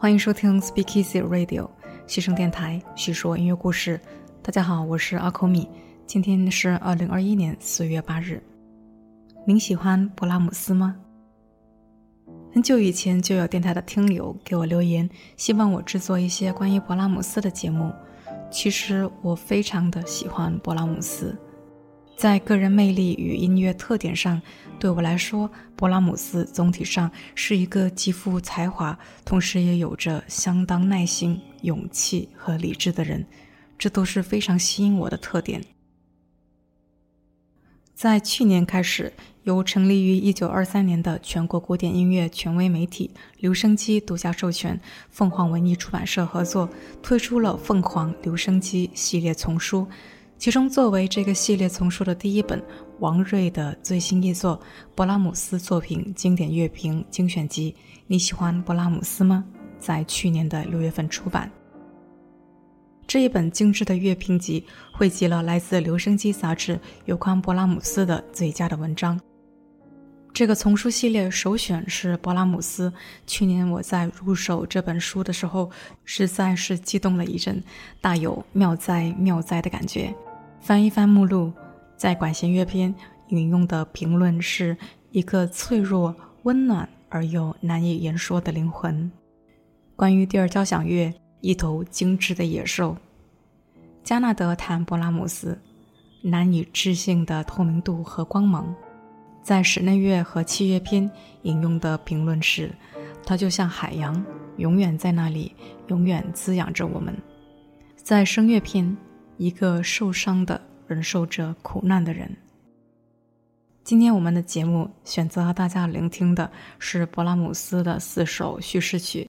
欢迎收听 Speak Easy Radio 西声电台，叙说音乐故事。大家好，我是阿口米，今天是2021年4月8日。您喜欢勃拉姆斯吗？很久以前就有电台的听友给我留言，希望我制作一些关于勃拉姆斯的节目。其实我非常的喜欢勃拉姆斯，在个人魅力与音乐特点上，对我来说，勃拉姆斯总体上是一个极富才华，同时也有着相当耐心、勇气和理智的人，这都是非常吸引我的特点。在去年开始，由成立于1923年的全国古典音乐权威媒体留声机独家授权，凤凰文艺出版社合作推出了凤凰留声机系列丛书，其中作为这个系列丛书的第一本，王瑞的最新译作《勃拉姆斯作品经典乐评精选集》，你喜欢勃拉姆斯吗？在去年的6月份出版。这一本精致的乐评集汇集了来自留声机杂志有关勃拉姆斯的最佳的文章。这个丛书系列首选是勃拉姆斯，去年我在入手这本书的时候实在是激动了一阵，大有妙哉妙哉的感觉。翻一翻目录，在管弦乐篇引用的评论是一个脆弱、温暖而又难以言说的灵魂。关于第二交响乐，一头精致的野兽。加纳德谈勃拉姆斯，难以置信的透明度和光芒。在室内乐和器乐篇引用的评论是，它就像海洋，永远在那里，永远滋养着我们。在声乐篇，一个受伤的忍受着苦难的人。今天我们的节目选择大家聆听的是勃拉姆斯的4首叙事曲。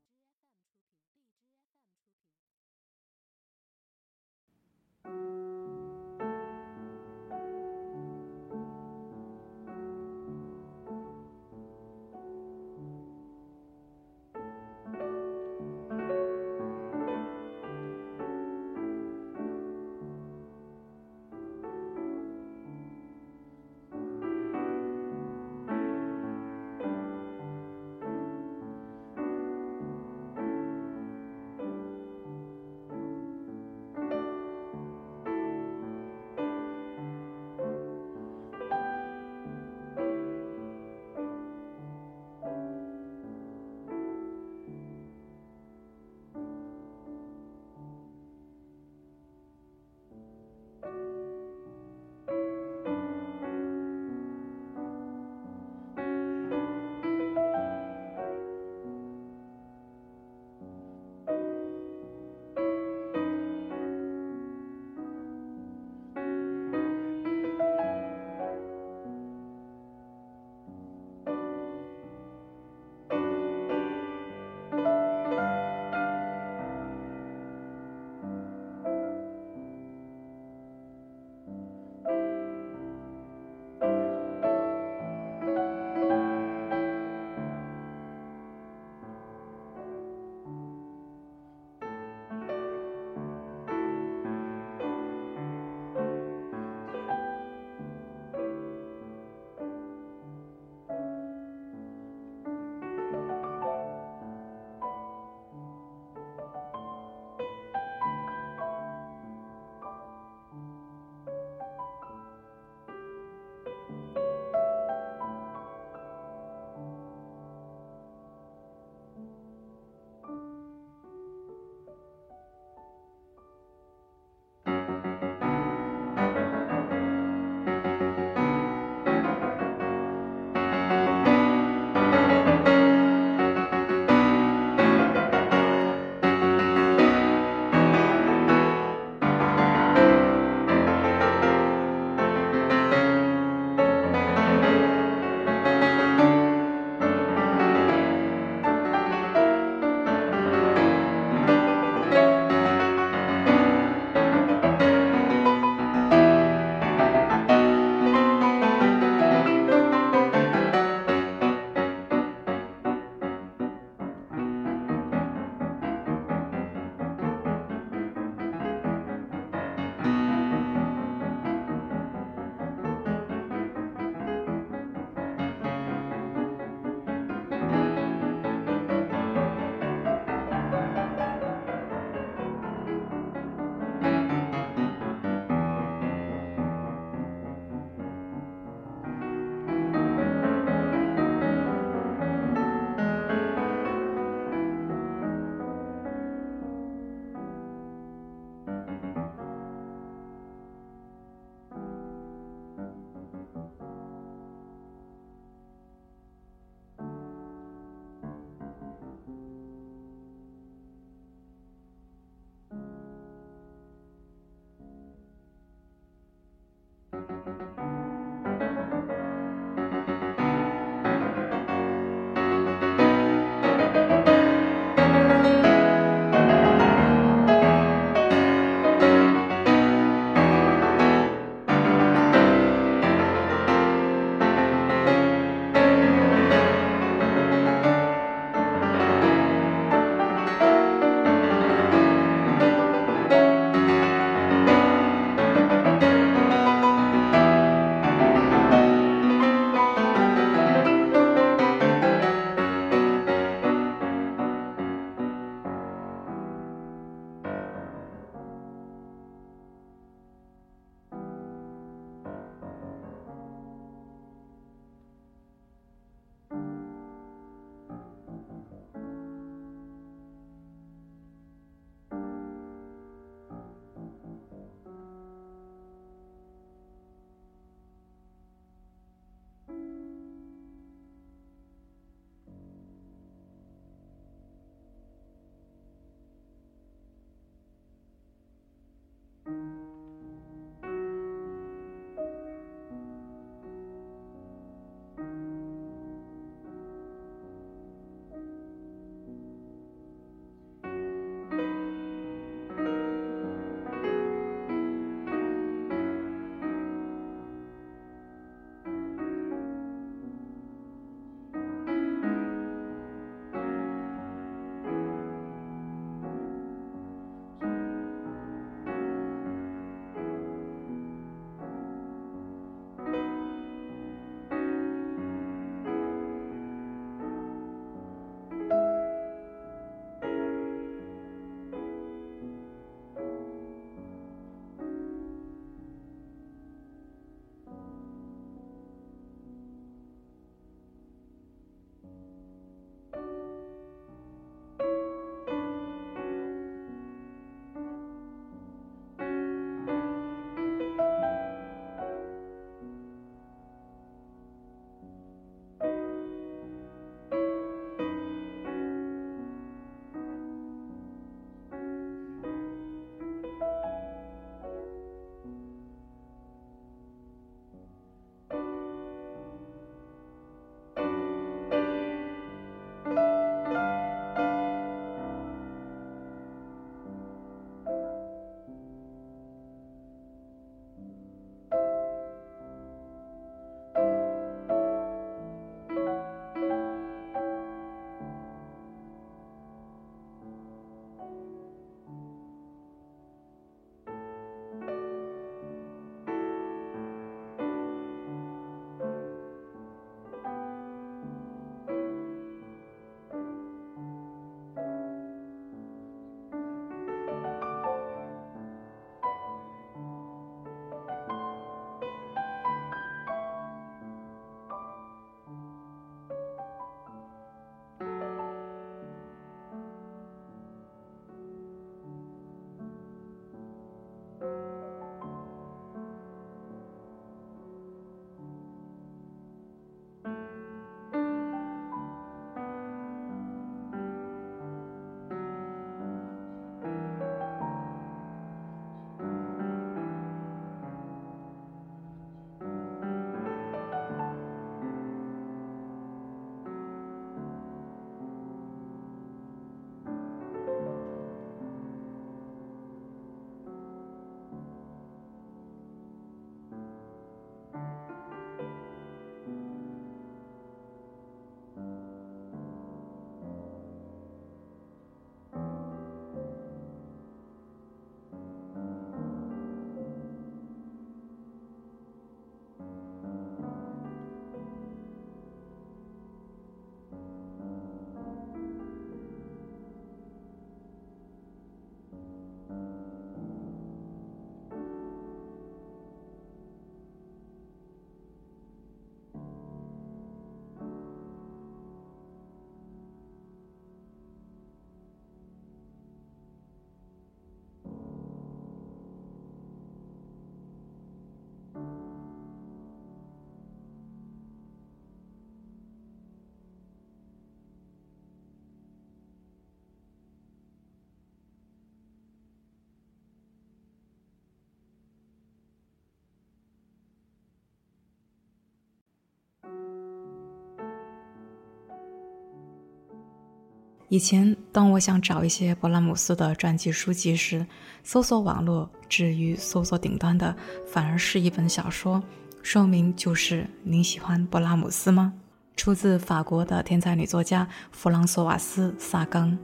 以前当我想找一些勃拉姆斯的传记书籍时，搜索网络至于搜索顶端的反而是一本小说，说明就是您喜欢勃拉姆斯吗？出自法国的天才女作家弗朗索瓦斯·萨冈。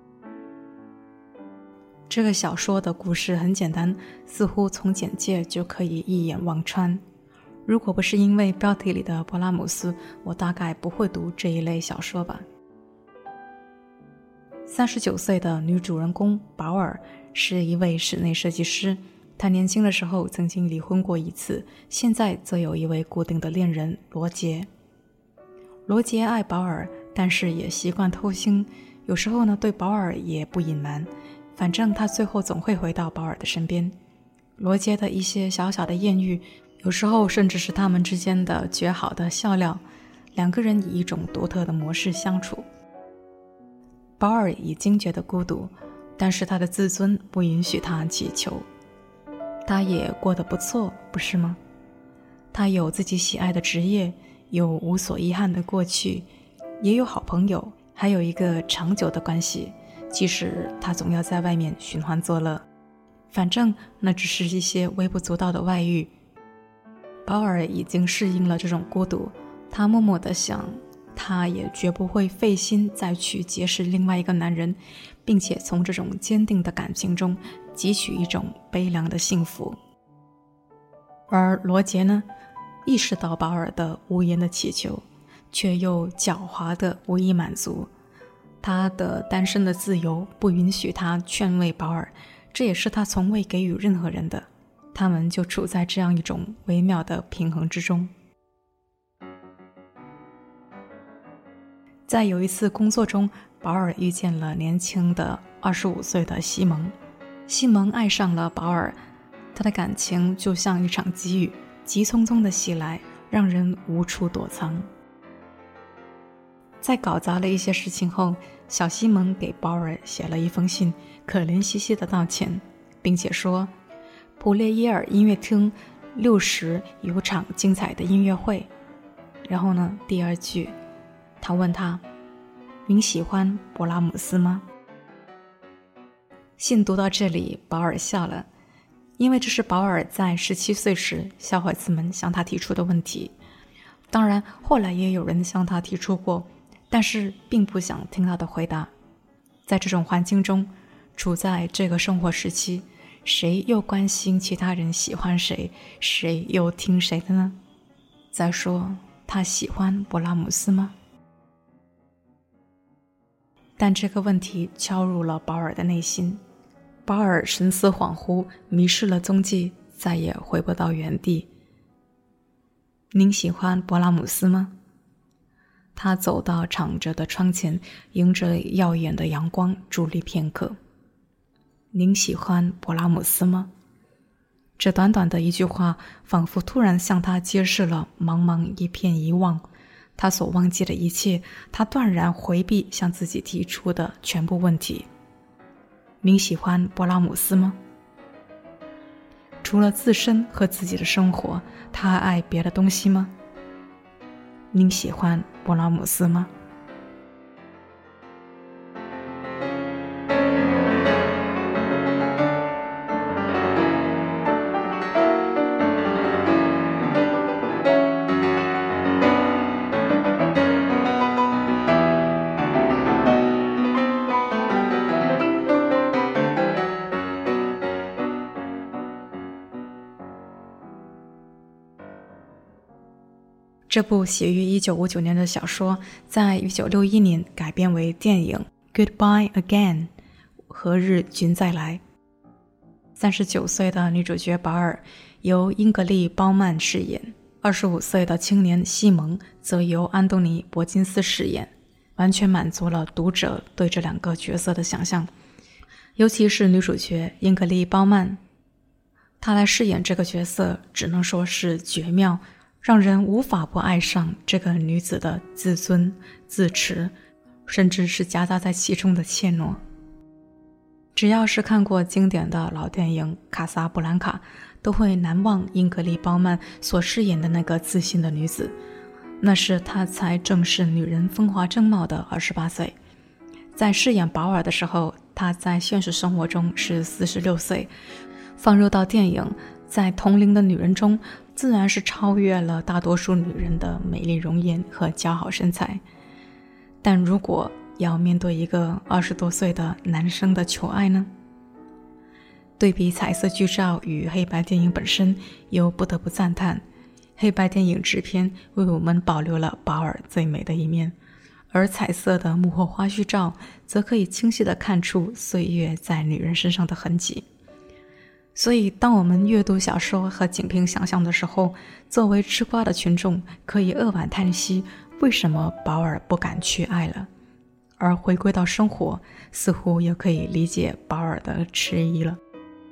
这个小说的故事很简单，似乎从简介就可以一眼望穿。如果不是因为标题里的勃拉姆斯，我大概不会读这一类小说吧。39岁的女主人公保尔是一位室内设计师，她年轻的时候曾经离婚过一次，现在则有一位固定的恋人罗杰。罗杰爱保尔，但是也习惯偷腥，有时候呢对保尔也不隐瞒，反正他最后总会回到保尔的身边。罗杰的一些小小的艳遇，有时候甚至是他们之间的绝好的笑料，两个人以一种独特的模式相处。保尔已经觉得孤独，但是他的自尊不允许他乞求。他也过得不错，不是吗？他有自己喜爱的职业，有无所遗憾的过去，也有好朋友，还有一个长久的关系，即使他总要在外面寻欢作乐。反正那只是一些微不足道的外遇。保尔已经适应了这种孤独，他默默地想，他也绝不会费心再去结识另外一个男人，并且从这种坚定的感情中汲取一种悲凉的幸福。而罗杰呢，意识到保尔的无言的祈求，却又狡猾的无以满足。他的单身的自由不允许他劝慰保尔，这也是他从未给予任何人的。他们就处在这样一种微妙的平衡之中。在有一次工作中，保尔遇见了年轻的25岁的西蒙。西蒙爱上了保尔，他的感情就像一场急雨，急匆匆地袭来，让人无处躲藏。在搞砸了一些事情后，小西蒙给保尔写了一封信，可怜兮兮地道歉，并且说普列耶尔音乐厅6时有场精彩的音乐会。然后呢，第二句他问他，您喜欢勃拉姆斯吗？信读到这里，保尔笑了，因为这是保尔在17岁时小伙子们向他提出的问题。当然后来也有人向他提出过，但是并不想听他的回答。在这种环境中，处在这个生活时期，谁又关心其他人喜欢谁，谁又听谁的呢？再说他喜欢勃拉姆斯吗？但这个问题敲入了保尔的内心，保尔神思恍惚，迷失了踪迹，再也回不到原地。您喜欢勃拉姆斯吗？他走到敞着的窗前，迎着耀眼的阳光伫立片刻。您喜欢勃拉姆斯吗？这短短的一句话，仿佛突然向他揭示了茫茫一片遗忘，他所忘记的一切，他断然回避向自己提出的全部问题。您喜欢勃拉姆斯吗？除了自身和自己的生活，他还爱别的东西吗？您喜欢勃拉姆斯吗？这部写于1959年的小说，在1961年改编为电影《Goodbye Again》何日君再来。39岁的女主角保尔由英格丽·褒曼饰演，25岁的青年西蒙则由安东尼·伯金斯饰演，完全满足了读者对这两个角色的想象。尤其是女主角英格丽·褒曼，她来饰演这个角色只能说是绝妙，让人无法不爱上这个女子的自尊、自持，甚至是夹杂在其中的怯懦。只要是看过经典的老电影《卡萨布兰卡》，都会难忘英格丽·褒曼所饰演的那个自信的女子。那是她才正是女人风华正茂的28岁。 在饰演保尔的时候，他在现实生活中是46岁，放入到电影，在同龄的女人中，自然是超越了大多数女人的美丽容颜和姣好身材。但如果要面对一个20多岁的男生的求爱呢？对比彩色剧照与黑白电影本身，又不得不赞叹，黑白电影制片为我们保留了保尔最美的一面，而彩色的幕后花絮照则可以清晰地看出岁月在女人身上的痕迹。所以当我们阅读小说和仅凭想象的时候，作为吃瓜的群众可以扼腕叹息，为什么保尔不敢去爱了？而回归到生活，似乎也可以理解保尔的迟疑了。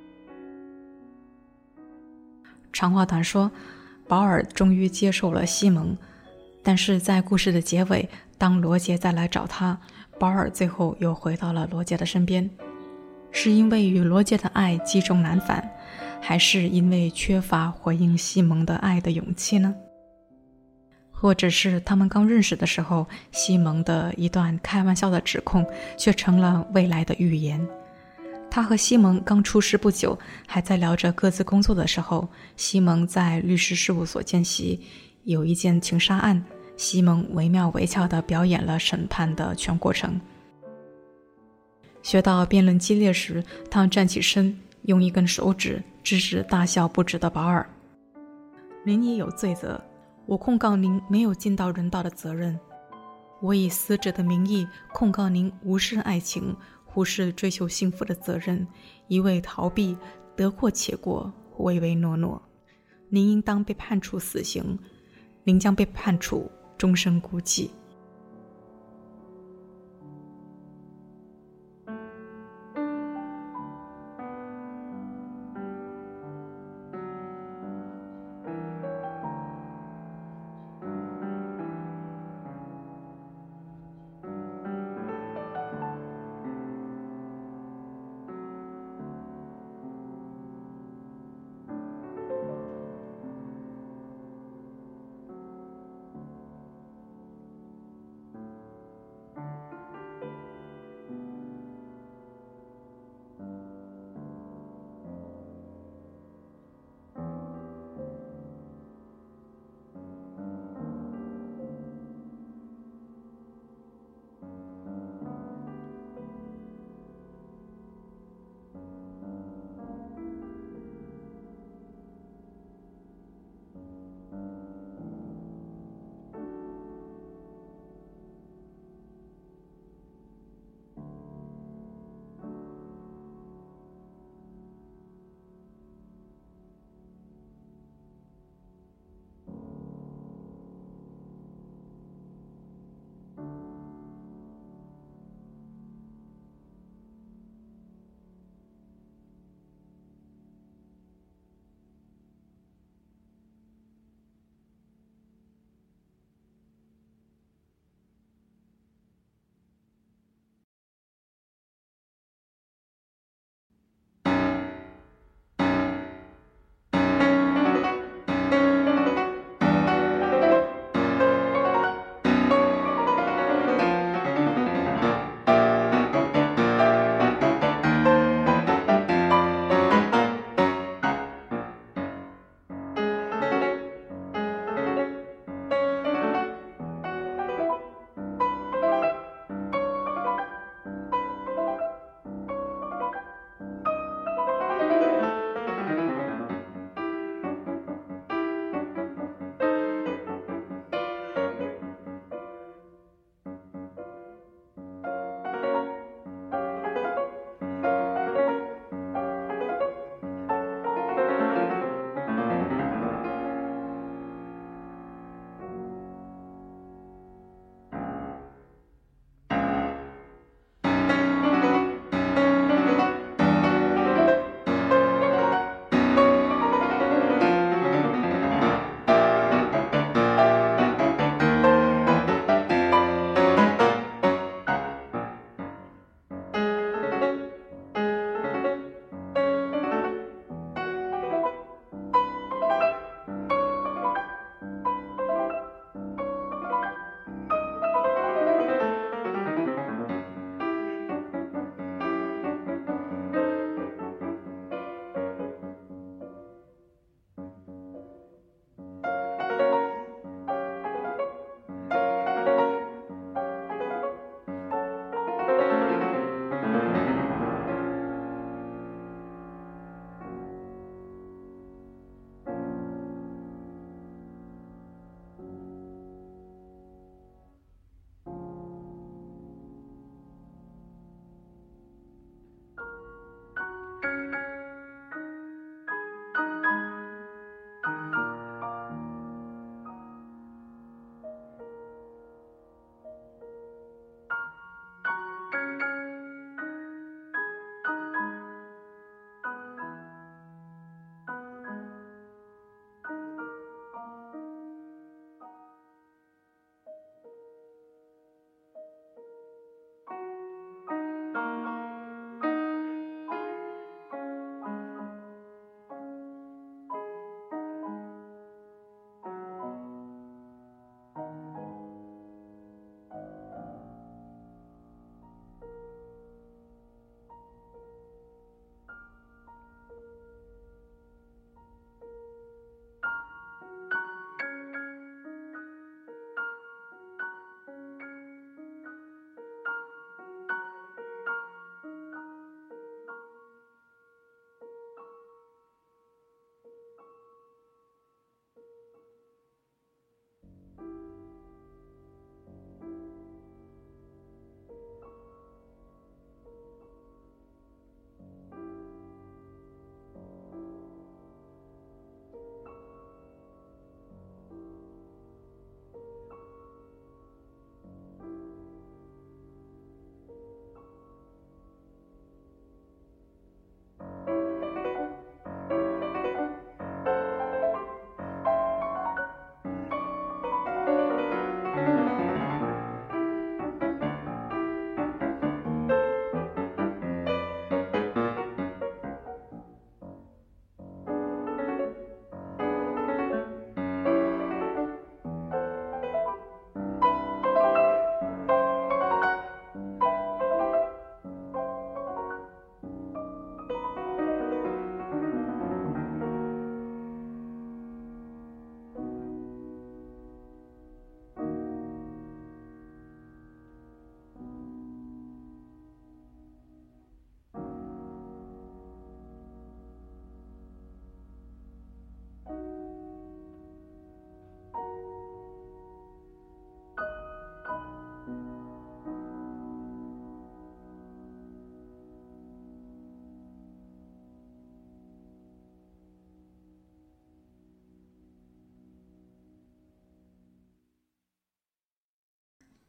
长话短说，保尔终于接受了西蒙，但是在故事的结尾，当罗杰再来找他，保尔最后又回到了罗杰的身边。是因为与罗杰的爱积重难返，还是因为缺乏回应西蒙的爱的勇气呢？或者是他们刚认识的时候，西蒙的一段开玩笑的指控却成了未来的预言。他和西蒙刚出师不久，还在聊着各自工作的时候，西蒙在律师事务所见习，有一件情杀案，西蒙惟妙惟肖地表演了审判的全过程。学到辩论激烈时，他站起身，用一根手指制止大笑不止的保尔。您也有罪责，我控告您没有尽到人道的责任。我以死者的名义控告您无视爱情，忽视追求幸福的责任，一味逃避，得过且过，唯唯诺诺。您应当被判处死刑，您将被判处终身孤寂。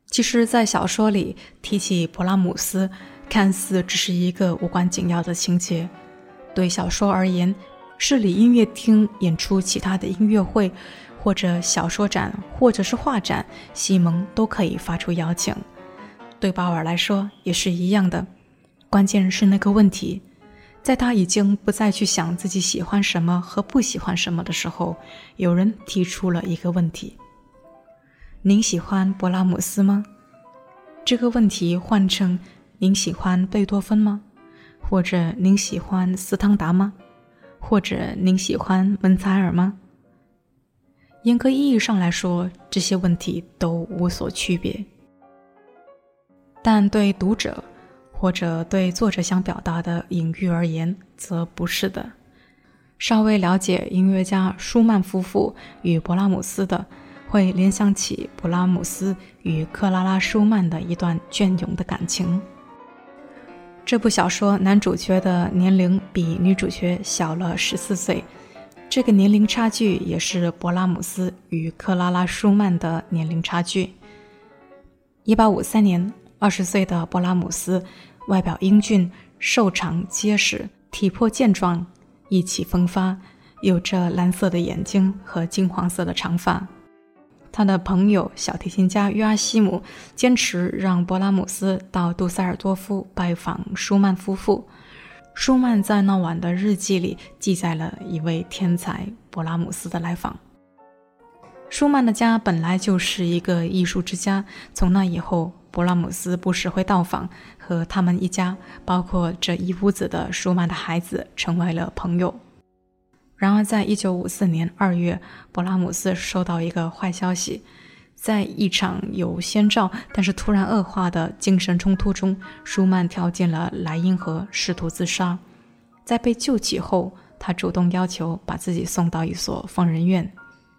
其实在小说里提起勃拉姆斯，看似只是一个无关紧要的情节，对小说而言，市里音乐厅演出其他的音乐会，或者小说展，或者是画展，西蒙都可以发出邀请。对鲍尔来说也是一样的，关键是那个问题，在他已经不再去想自己喜欢什么和不喜欢什么的时候，有人提出了一个问题：您喜欢勃拉姆斯吗？这个问题换成您喜欢贝多芬吗？或者您喜欢斯汤达吗？或者您喜欢门采尔吗？严格意义上来说，这些问题都无所区别。但对读者或者对作者想表达的隐喻而言，则不是的。稍微了解音乐家舒曼夫妇与勃拉姆斯的，会联想起勃拉姆斯与克拉拉舒曼的一段隽永的感情。这部小说男主角的年龄比女主角小了14岁，这个年龄差距也是勃拉姆斯与克拉拉舒曼的年龄差距。1853年，20岁的勃拉姆斯外表英俊，瘦长结实，体魄健壮，意气风发，有着蓝色的眼睛和金黄色的长发。他的朋友小提琴家约阿希姆坚持让勃拉姆斯到杜塞尔多夫拜访舒曼夫妇。舒曼在那晚的日记里记载了一位天才勃拉姆斯的来访。舒曼的家本来就是一个艺术之家，从那以后，勃拉姆斯不时会到访，和他们一家，包括这一屋子的舒曼的孩子，成为了朋友。然而在1954年2月，勃拉姆斯收到一个坏消息，在一场有先兆但是突然恶化的精神冲突中，舒曼跳进了莱茵河，试图自杀。在被救起后，他主动要求把自己送到一所疯人院。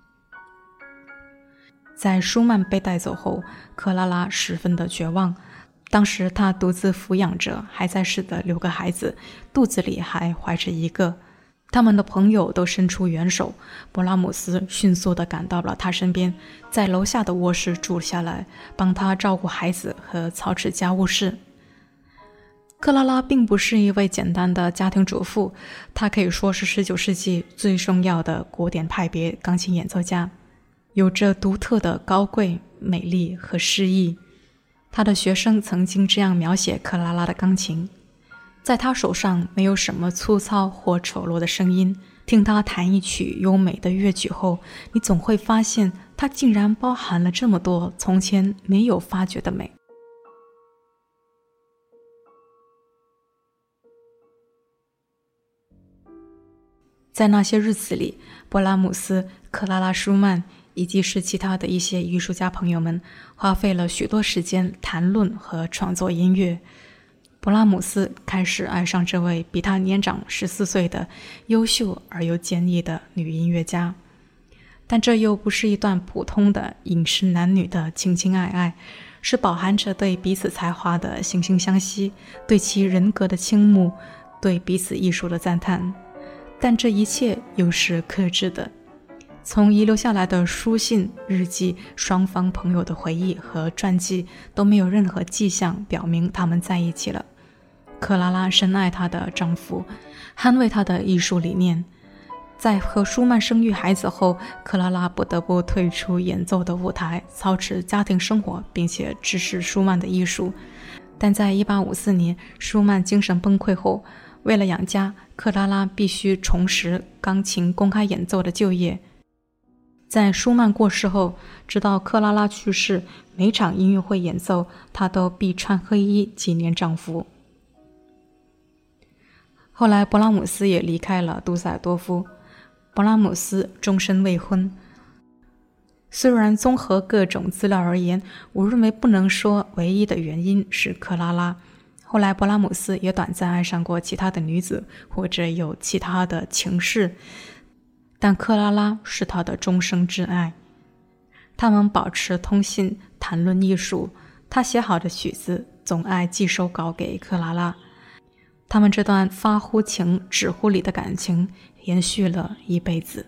在舒曼被带走后，克拉拉十分的绝望。当时她独自抚养着还在世的6个孩子，肚子里还怀着一个。他们的朋友都伸出援手，勃拉姆斯迅速地赶到了他身边，在楼下的卧室住下来，帮他照顾孩子和操持家务事。克拉拉并不是一位简单的家庭主妇，她可以说是19世纪最重要的古典派别钢琴演奏家，有着独特的高贵、美丽和诗意。他的学生曾经这样描写克拉拉的钢琴：在他手上没有什么粗糙或丑陋的声音，听他弹一曲优美的乐曲后，你总会发现它竟然包含了这么多从前没有发觉的美。在那些日子里，勃拉姆斯、克拉拉舒曼以及是其他的一些艺术家朋友们花费了许多时间谈论和创作音乐。勃拉姆斯开始爱上这位比他年长14岁的优秀而又坚毅的女音乐家，但这又不是一段普通的饮食男女的情情爱爱，是饱含着对彼此才华的惺惺相惜，对其人格的倾慕，对彼此艺术的赞叹。但这一切又是克制的，从遗留下来的书信、日记、双方朋友的回忆和传记都没有任何迹象表明他们在一起了。克拉拉深爱她的丈夫，捍卫她的艺术理念。在和舒曼生育孩子后，克拉拉不得不退出演奏的舞台，操持家庭生活，并且支持舒曼的艺术。但在1854年，舒曼精神崩溃后，为了养家，克拉拉必须重拾钢琴公开演奏的旧业。在舒曼过世后，直到克拉拉去世，每场音乐会演奏，她都必穿黑衣纪念丈夫。后来勃拉姆斯也离开了杜塞尔多夫。勃拉姆斯终身未婚，虽然综合各种资料而言，我认为不能说唯一的原因是克拉拉。后来勃拉姆斯也短暂爱上过其他的女子，或者有其他的情事，但克拉拉是他的终生挚爱。他们保持通信，谈论艺术，他写好的曲子总爱寄手稿给克拉拉。他们这段发乎情止乎礼的感情延续了一辈子。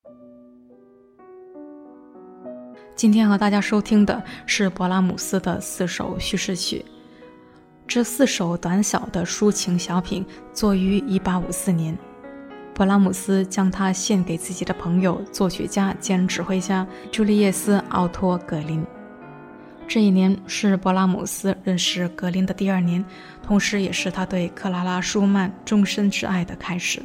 今天和大家收听的是勃拉姆斯的4首叙事曲。这4首短小的抒情小品作于1854年，勃拉姆斯将它献给自己的朋友、作曲家兼指挥家朱利叶斯·奥托·格林。这一年是勃拉姆斯认识格林的第2年，同时也是他对克拉拉·舒曼终身挚爱的开始。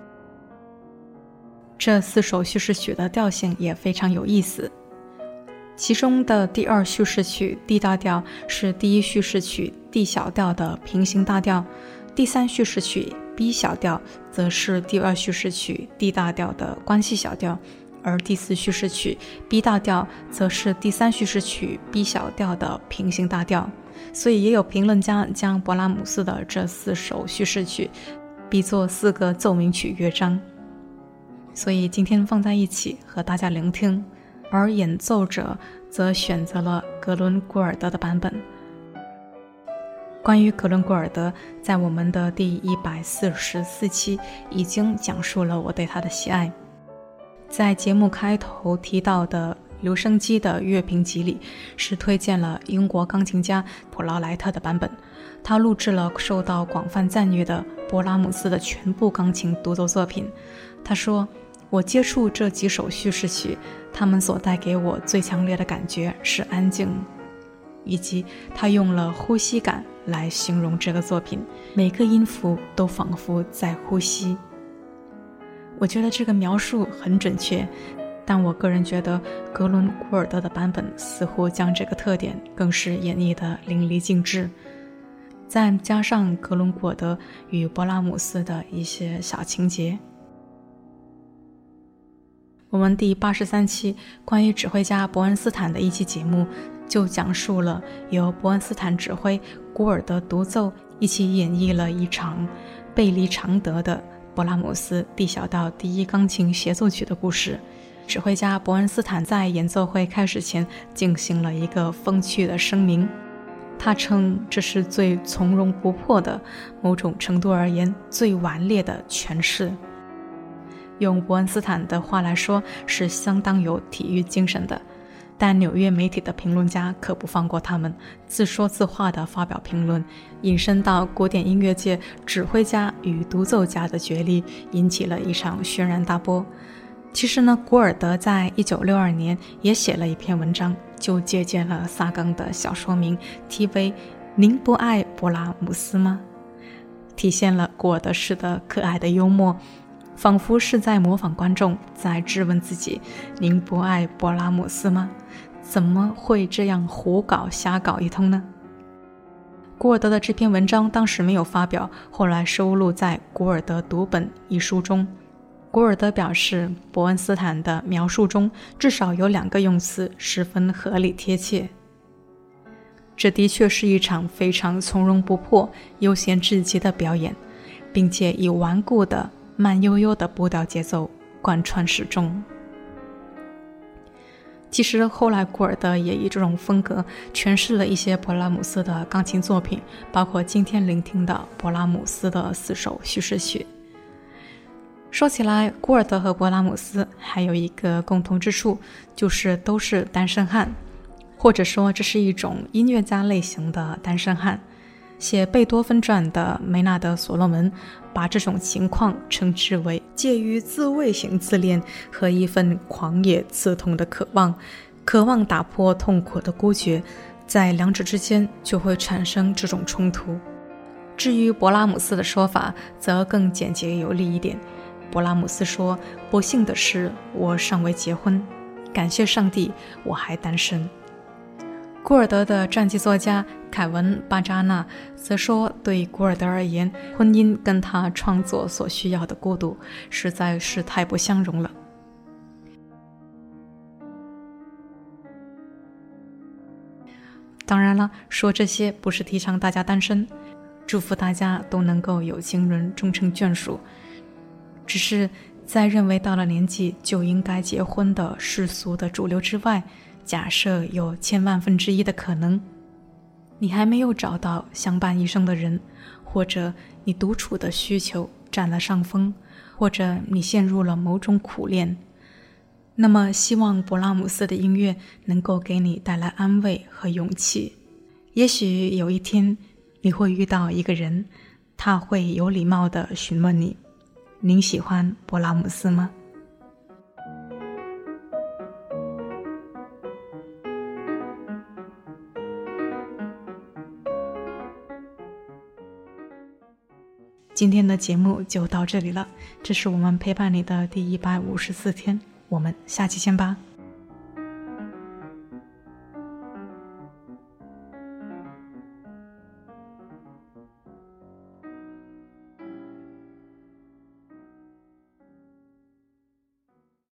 这4首叙事曲的调性也非常有意思。其中的第2叙事曲 D 大调是第1叙事曲 D 小调的平行大调，第3叙事曲 B 小调则是第2叙事曲 D 大调的关系小调，而第4叙事曲 B 大调则是第3叙事曲 B 小调的平行大调。所以也有评论家将勃拉姆斯的这4首叙事曲比作4个奏鸣曲乐章，所以今天放在一起和大家聆听。而演奏者则选择了格伦古尔德的版本。关于格伦古尔德，在我们的第144期已经讲述了我对他的喜爱。在节目开头提到的留声机的乐评集里，是推荐了英国钢琴家普劳莱特的版本。他录制了受到广泛赞誉的勃拉姆斯的全部钢琴独奏作品。他说，我接触这几首叙事曲，他们所带给我最强烈的感觉是安静，以及他用了呼吸感来形容这个作品，每个音符都仿佛在呼吸。我觉得这个描述很准确，但我个人觉得格伦古尔德的版本似乎将这个特点更是演绎得淋漓尽致。再加上格伦古尔德与勃拉姆斯的一些小情节。我们第83期关于指挥家伯恩斯坦的一期节目，就讲述了由伯恩斯坦指挥、古尔德独奏一起演绎了一场贝利常德的勃拉姆斯 D 小调第1钢琴协奏曲的故事。指挥家伯恩斯坦在演奏会开始前进行了一个风趣的声明，他称这是最从容不迫的，某种程度而言最顽劣的诠释。用伯恩斯坦的话来说，是相当有体育精神的。但纽约媒体的评论家可不放过他们，自说自话地发表评论，引申到古典音乐界指挥家与独奏家的角力，引起了一场轩然大波。其实呢，古尔德在1962年也写了一篇文章，就借鉴了萨冈的小说名，题为《您不爱勃拉姆斯吗》，体现了古尔德式的可爱的幽默，仿佛是在模仿观众，在质问自己：您不爱勃拉姆斯吗？怎么会这样胡搞瞎搞一通呢？古尔德的这篇文章当时没有发表，后来收录在《古尔德读本》一书中。古尔德表示，伯恩斯坦的描述中至少有2个用词十分合理贴切。这的确是一场非常从容不迫、悠闲至极的表演，并且以顽固的慢悠悠的步调节奏贯穿始终。其实后来古尔德也以这种风格诠释了一些勃拉姆斯的钢琴作品，包括今天聆听的勃拉姆斯的4首叙事曲。说起来，古尔德和勃拉姆斯还有一个共同之处，就是都是单身汉，或者说这是一种音乐家类型的单身汉。写贝多芬传的梅纳德·所罗门把这种情况称之为介于自慰型自恋和一份狂野刺痛的渴望打破痛苦的孤绝，在两者之间就会产生这种冲突。至于勃拉姆斯的说法则更简洁有力一点，勃拉姆斯说，不幸的是我尚未结婚，感谢上帝我还单身。古尔德的传记作家凯文·巴扎纳则说，对古尔德而言，婚姻跟他创作所需要的孤独实在是太不相容了。当然了，说这些不是提倡大家单身，祝福大家都能够有情人终成眷属，只是在认为到了年纪就应该结婚的世俗的主流之外，假设有千万分之一的可能，你还没有找到相伴一生的人，或者你独处的需求占了上风，或者你陷入了某种苦恋， 那么希望勃拉姆斯的音乐能够给你带来安慰和勇气。也许有一天你会遇到一个人，他会有礼貌地询问你，您喜欢勃拉姆斯吗？今天的节目就到这里了，这是我们陪伴你的第154天，我们下期见吧。